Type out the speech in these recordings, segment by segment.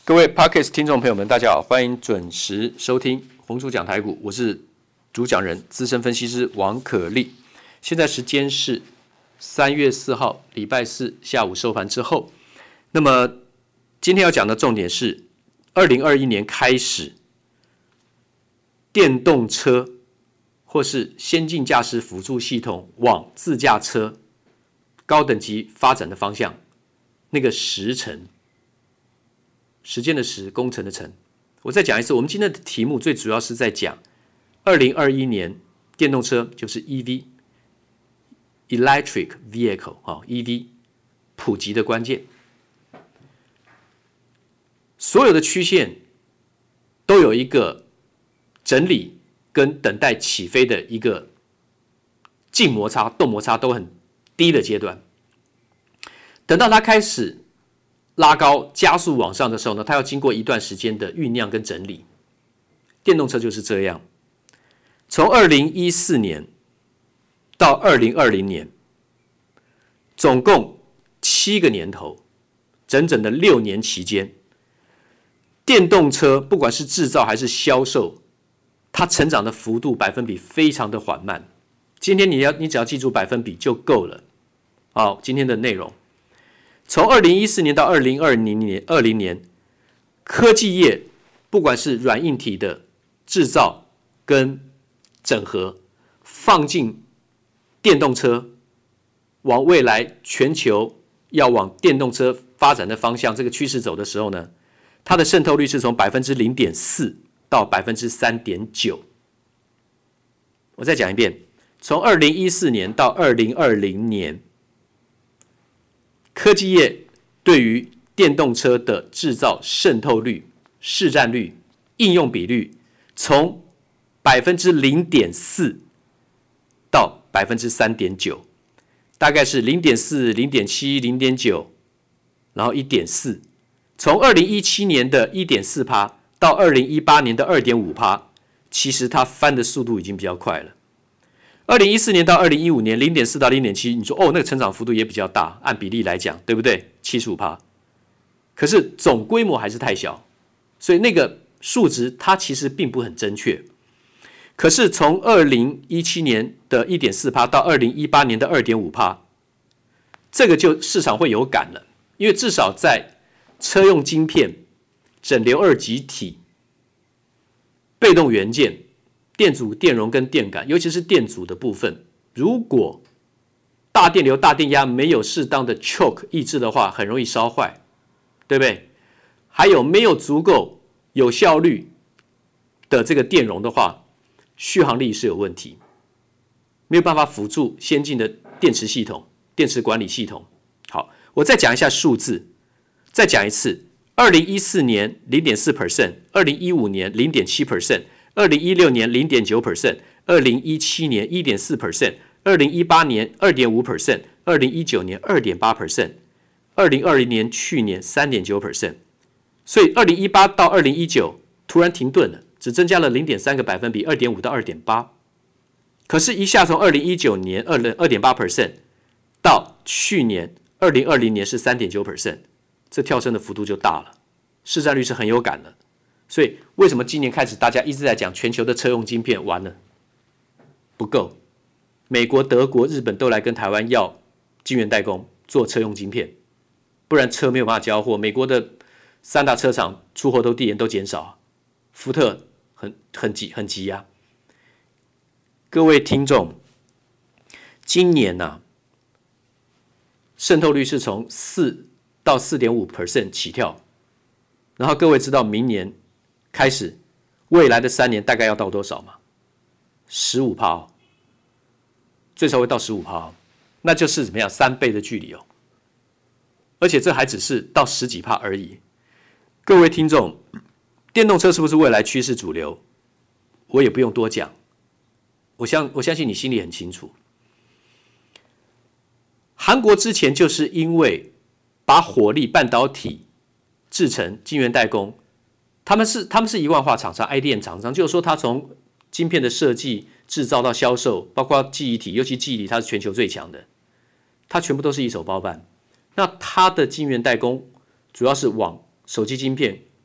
各位 Podcast 听众朋友们，大家好，欢迎准时收听红猪讲台股，我是主讲人资深分析师王可立。现在时间是3月4号礼拜四下午收盘之后。那么今天要讲的重点是2021年开始，电动车或是先进驾驶辅助系统往自驾车高等级发展的方向，那个时程。时间的时，工程的程。我再讲一次，我们今天的题目最主要是在讲2021年电动车，就是 EV（Electric Vehicle）EV 普及的关键。所有的曲线都有一个整理跟等待起飞的一个静摩擦、动摩擦都很低的阶段。等到它开始拉高加速往上的时候呢，它要经过一段时间的酝酿跟整理。电动车就是这样，从2014年到2020年，总共7个年头，整整的6年期间，电动车不管是制造还是销售，它成长的幅度百分比非常的缓慢。今天你只要记住百分比就够了。好，今天的内容。从2014年到2020年，科技业不管是软硬体的制造跟整合，放进电动车，往未来全球要往电动车发展的方向这个趋势走的时候呢，它的渗透率是从 0.4% 到 3.9%。我再讲一遍，从2014年到2020年，科技业对于电动车的制造渗透率、市占率、应用比率，从 0.4% 到 3.9%， 大概是 0.4%、0.7%、0.9%， 然后 1.4%。从2017年的 1.4% 到2018年的 2.5%， 其实它翻的速度已经比较快了。2014年到2015年 0.4 到 0.7， 你说那个成长幅度也比较大，按比例来讲，对不对？ 75%。可是总规模还是太小，所以那个数值它其实并不很正确。可是从2017年的 1.4% 到2018年的 2.5%， 这个就市场会有感了，因为至少在车用晶片、整流二极体、被动元件、电阻、电容跟电感，尤其是电阻的部分，如果大电流、大电压没有适当的 choke 抑制的话，很容易烧坏，对不对？还有没有足够有效率的这个电容的话，续航力是有问题，没有办法辅助先进的电池系统、电池管理系统。好，我再讲一下数字，再讲一次：2014年 0.4%， 2015年 0.7%。2016年 0.9%， 2017年 1.4%， 2018年 2.5%， 2019年 2.8%， 2020年去年 3.9%。 所以2018到2019突然停顿了，只增加了 0.3 个百分比， 2.5 到 2.8。 可是一下从2019年 2.8% 到去年2020年是 3.9%， 这跳升的幅度就大了，市占率是很有感的。所以为什么今年开始大家一直在讲全球的车用晶片完了不够？美国、德国、日本都来跟台湾要晶圆代工做车用晶片，不然车没有办法交货。美国的3大车厂出货递延都减少，福特很急啊。各位听众，今年渗透率是从4到 4.5% 起跳，然后各位知道明年开始，未来的3年大概要到多少吗？ 15% 哦，最少会到 15%，那就是怎么样3倍的距离哦。而且这还只是到10几%而已。各位听众，电动车是不是未来趋势主流？我也不用多讲，我相信你心里很清楚。韩国之前就是因为把火力半导体制成晶圆代工，他们是一万化厂商、IDM 厂商，就是说他从晶片的设计、制造到销售，包括记忆体，尤其记忆体它是全球最强的，它全部都是一手包办。那它的晶圆代工主要是往手机晶片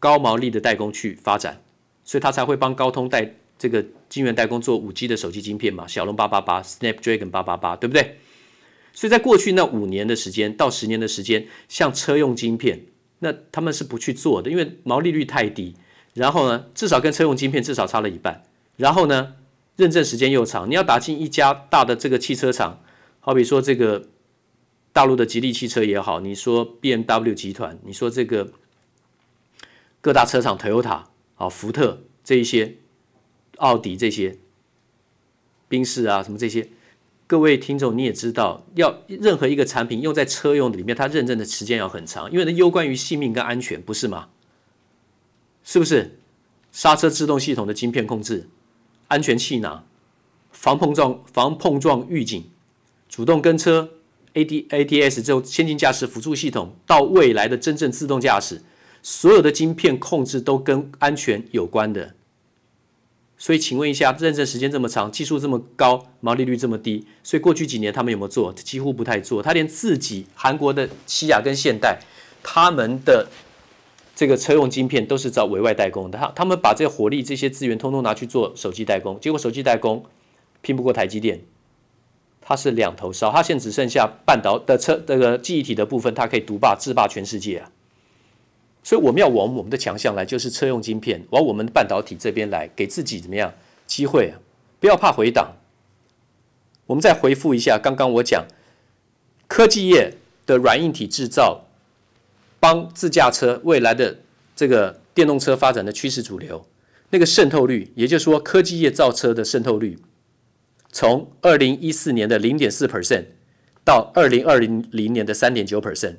高毛利的代工去发展，所以他才会帮高通这个晶圆代工做5G 的手机晶片嘛，骁龙888、Snapdragon 888，对不对？所以在过去那5年的时间到10年的时间，像车用晶片，那他们是不去做的，因为毛利率太低。然后呢，至少跟车用晶片至少差了一半。然后呢，认证时间又长，你要打进一家大的这个汽车厂，好比说这个大陆的吉利汽车也好，你说 BMW 集团，你说这个各大车厂 Toyota 啊、福特这一些，奥迪这些，宾士啊什么这些，各位听众你也知道，要任何一个产品用在车用里面，它认证的时间要很长，因为它攸关于性命跟安全，不是吗？是不是？刹车制动系统的晶片控制、安全气囊、防碰撞预警、主动跟车、ADS 这种先进驾驶辅助系统，到未来的真正自动驾驶，所有的晶片控制都跟安全有关的。所以请问一下，认证时间这么长，技术这么高，毛利率这么低，所以过去几年他们有没有做？几乎不太做。他连自己韩国的起亚跟现代，他们的这个车用晶片都是找委外代工的，他们把这个火力这些资源通通拿去做手机代工，结果手机代工拼不过台积电，它是两头烧，它现在只剩下半导的这个记忆体的部分，它可以制霸全世界啊。所以我们要往我们的强项来，就是车用晶片，往我们的半导体这边来，给自己怎么样机会啊？不要怕回档。我们再回复一下刚刚我讲科技业的软硬体制造，帮自驾车未来的这个电动车发展的趋势主流，那个渗透率，也就是说科技业造车的渗透率，从2014年的 0.4% 到2020年的 3.9%，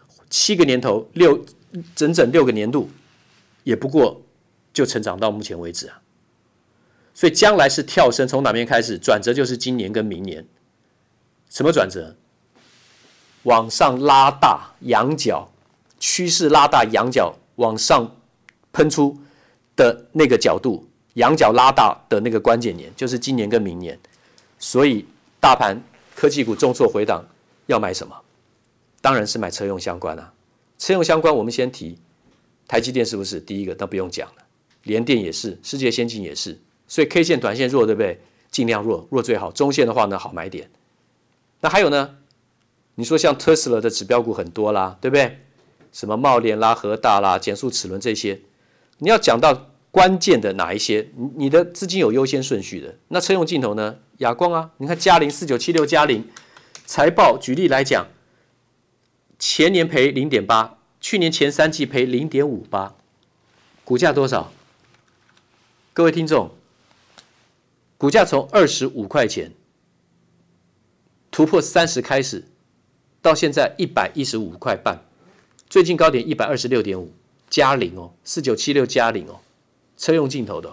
7个年头整整6个年度，也不过就成长到目前为止啊。所以将来是跳升，从哪边开始？转折就是今年跟明年。什么转折？往上拉大仰角，趋势拉大仰角往上喷出的那个角度，仰角拉大的那个关键年，就是今年跟明年。所以大盘科技股重挫回档，要买什么？当然是买车用相关啊。车用相关，我们先提台积电是不是第一个？那不用讲了，联电也是，世界先进也是。所以 K 线短线弱，对不对？尽量弱最好。中线的话呢，好买点。那还有呢？你说像特斯拉的指标股很多啦，对不对？什么茂联啦、和大啦、减速齿轮这些，你要讲到关键的哪一些，你的资金有优先顺序的。那车用镜头呢？亚光啊，你看嘉陵4976嘉陵财报，举例来讲。前年赔 0.8， 去年前3季赔 0.58， 股价多少？各位听众，股价从25块钱突破30开始，到现在115块半，最近高点 126.5， 嘉陵哦，4976嘉陵哦，车用镜头的哦，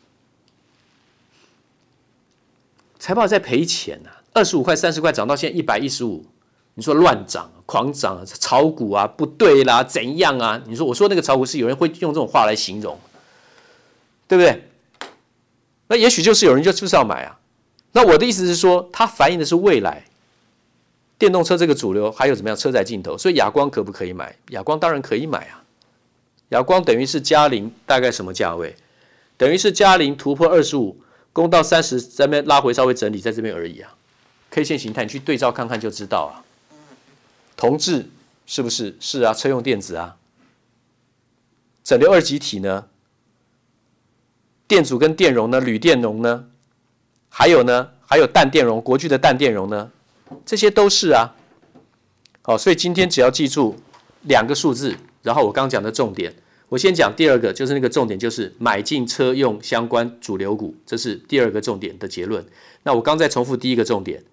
财报在赔钱啊，25块30块涨到现在115。你说乱涨、狂涨、炒股啊，不对啦，怎样啊？你说我说那个炒股是有人会用这种话来形容，对不对？那也许就是有人就是要买啊。那我的意思是说，它反映的是未来电动车这个主流，还有怎么样车载镜头。所以亚光可不可以买？亚光当然可以买啊。亚光等于是嘉陵大概什么价位？等于是嘉陵突破25，攻到30，在那边拉回稍微整理，在这边而已啊。K 线形态你去对照看看就知道啊。同志是不是？是啊，车用电子啊。整流二极体呢？电阻跟电容呢？铝电容呢？还有呢？还有氮电容，国巨的氮电容呢？这些都是啊。好，所以今天只要记住2个数字，然后我刚讲的重点，我先讲第2个，就是那个重点，就是买进车用相关主流股，这是第2个重点的结论。那我刚再重复第1个重点，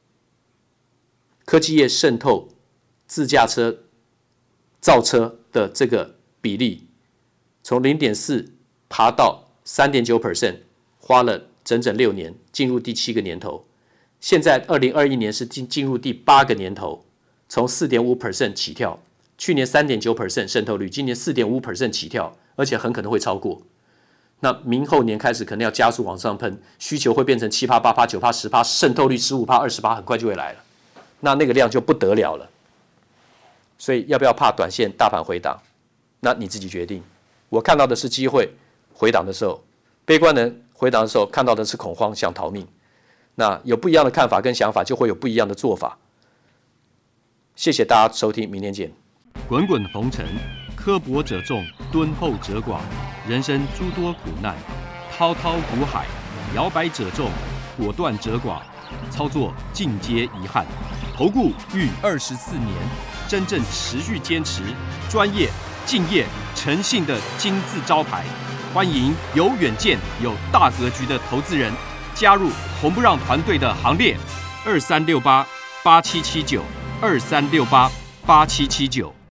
科技业渗透自驾车造车的这个比例，从 0.4 爬到 3.9%， 花了整整6年，进入第7个年头。现在2021年是进入第8个年头，从 4.5% 起跳，去年 3.9% 渗透率，今年 4.5% 起跳，而且很可能会超过。那明后年开始可能要加速往上喷，需求会变成7%、8%、9%、10%，渗透率15%、20%，很快就会来了。那个量就不得了了。所以要不要怕短线大盘回档？那你自己决定。 我看到的是机会，回档的时候，悲观人回档的时候看到的是恐慌，想逃命。那有不一样的看法跟想法，就会有不一样的做法。谢谢大家收听，明天见。 滚滚红尘，刻薄者众，敦厚者寡。人生诸多苦难，滔滔苦海，摇摆者众，果断者寡。操作尽皆遗憾。投顾逾24年，真正持续坚持、专业、敬业、诚信的金字招牌。欢迎有远见、有大格局的投资人加入红不让团队的行列。23688779，23688779。